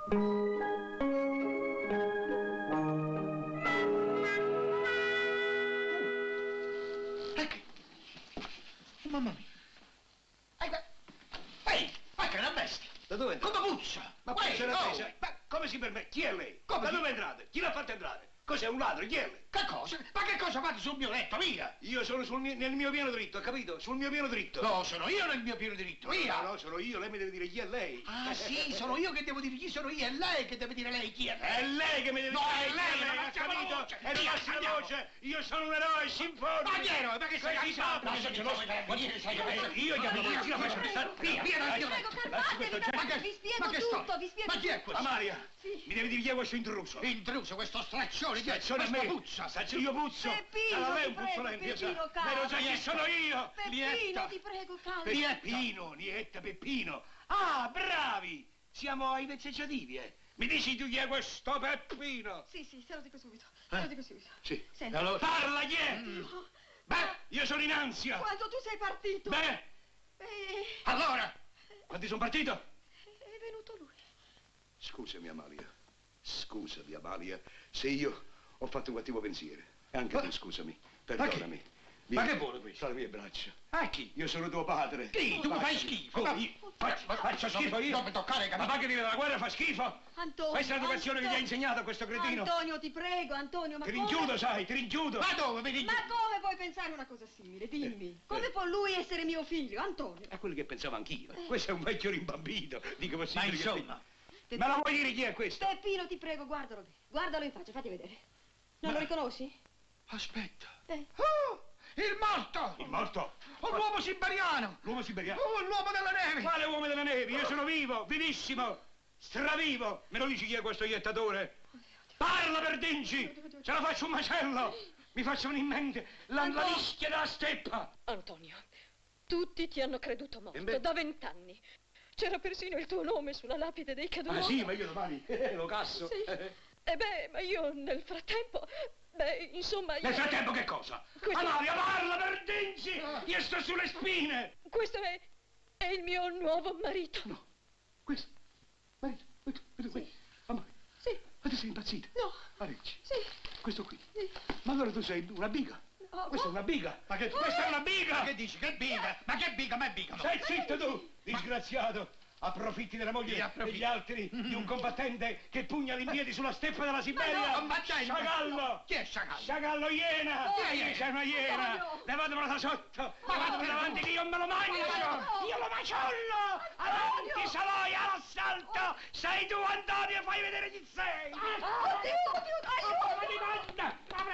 Mamma mia. Ehi, ma che è una bestia? Da dove entra? Come puzza? Ma puzza una presa? Ma come si permette? Chi è lei? Come Da chi? dove entrate? Chi l'ha fatto entrare? Cos'è, un ladro? Chi è lei? Che cosa? Ma che cosa fate sul mio letto, via? Io sono nel mio pieno diritto, ha capito? Sul mio pieno diritto. No, sono io nel mio pieno diritto, via! No, sono io, lei mi deve dire chi è lei. Ah, sì, sono io che devo dire chi sono io, è lei che deve dire lei chi è lei. È lei che mi deve No, dire è lei, chi ma ha facciamo la capito? voce. E Via, basta la andiamo. voce. Io sono un eroe, si informi. Ma chi eroe? Ma che sei Si sa, Ma se non io gli avevo la faccio restare. Via, via, lasci- Prego, lasci questo calmatevi, gesto. vi spiego tutto, vi spiego Ma chi è tutto. questo? Amalia, Sì. mi devi dire chi è questo intruso. Intruso, questo straccione, chi è? Straccione a Questa me. puzza. Io puzzo. Peppino, Allora lei è un ti prego, puzzolente, io Peppino, so. calma. Vero già chi sono io. Peppino, Lietta. ti prego, calma. Peppino, Nietta, Peppino. Ah, bravi! Siamo ai vezzeggiativi, eh. Mi dici tu chi è questo Peppino? Sì, te lo dico subito. Te lo dico subito. Sì. Senti. Allora, parla chi è? No. Beh, io sono in ansia. Quando tu sei partito. Beh, Allora, quando sono partito? È venuto lui. Scusami, Amalia. Scusami, Amalia, se io ho fatto un cattivo pensiero. E anche tu, scusami. Perdonami. Ma che vuole questo? Tra le mie braccia. a chi? Io sono tuo padre. Chi? Tu mi fai schifo. Come? Io? Faccio schifo io? Non mi toccare, Ma capito? va che viene dalla guerra fa schifo? Antonio. Questa è l'educazione che gli ha Antonio. insegnato questo cretino. Antonio, ti prego, Antonio, ma Ti come? rinchiudo, sai, ti rinchiudo. Ma dove mi dici? Ma come puoi pensare una cosa simile? Dimmi. Come può lui essere mio figlio, Antonio? È quello che pensavo anch'io. Questo è un vecchio rimbambito. Dico Ma possibile che- insomma, Me la vuoi dire chi è questo? Peppino, ti prego, guardalo bene. Guardalo in faccia, fatti vedere. Non lo riconosci? Aspetta. oh, il morto! Il morto? Un uomo siberiano! L'uomo siberiano? Oh, l'uomo della neve! Quale uomo della neve? Io sono vivo, vivissimo, stravivo. Me lo dici chi è questo iettatore? Parla, Verdinci! Ce la faccio un macello! Mi faccio venire in mente la mischia della steppa! Antonio, tutti ti hanno creduto morto beh. da 20 anni. C'era persino il tuo nome sulla lapide dei caduti. Ah sì, ma io domani lo casso. Sì. E beh, ma io nel frattempo, insomma... Nel frattempo che cosa? Questo- Amalia, parla, Verdinci! Io sto sulle spine! Questo è il mio nuovo marito. No, questo, marito, questo. Amalia, Sì. ma tu sei impazzita? No. Arecci. Sì. Questo qui. Sì. Ma allora tu sei una biga? Oh, Questa è oh. una biga! Ma che... Questa è una biga! Ma che dici? Che biga? Ma che biga? Ma è biga, no? Stai zitto tu, disgraziato! Approfitti della moglie Chi approfitta? degli altri di un combattente che pugna in piedi sulla steppa della Siberia! Ma no, combattente! Sciagallo! Chi è Sciagallo? Sciagallo iena! Chi è iena? C'è una iena! Antonio! Levatemela da sotto! Ma Levatemela davanti che io me lo mangio! Antonio! Io lo maciollo! Avanti, Saloia, all'assalto! Sei tu, Antonio, fai vedere chi sei! Oddio, oddio,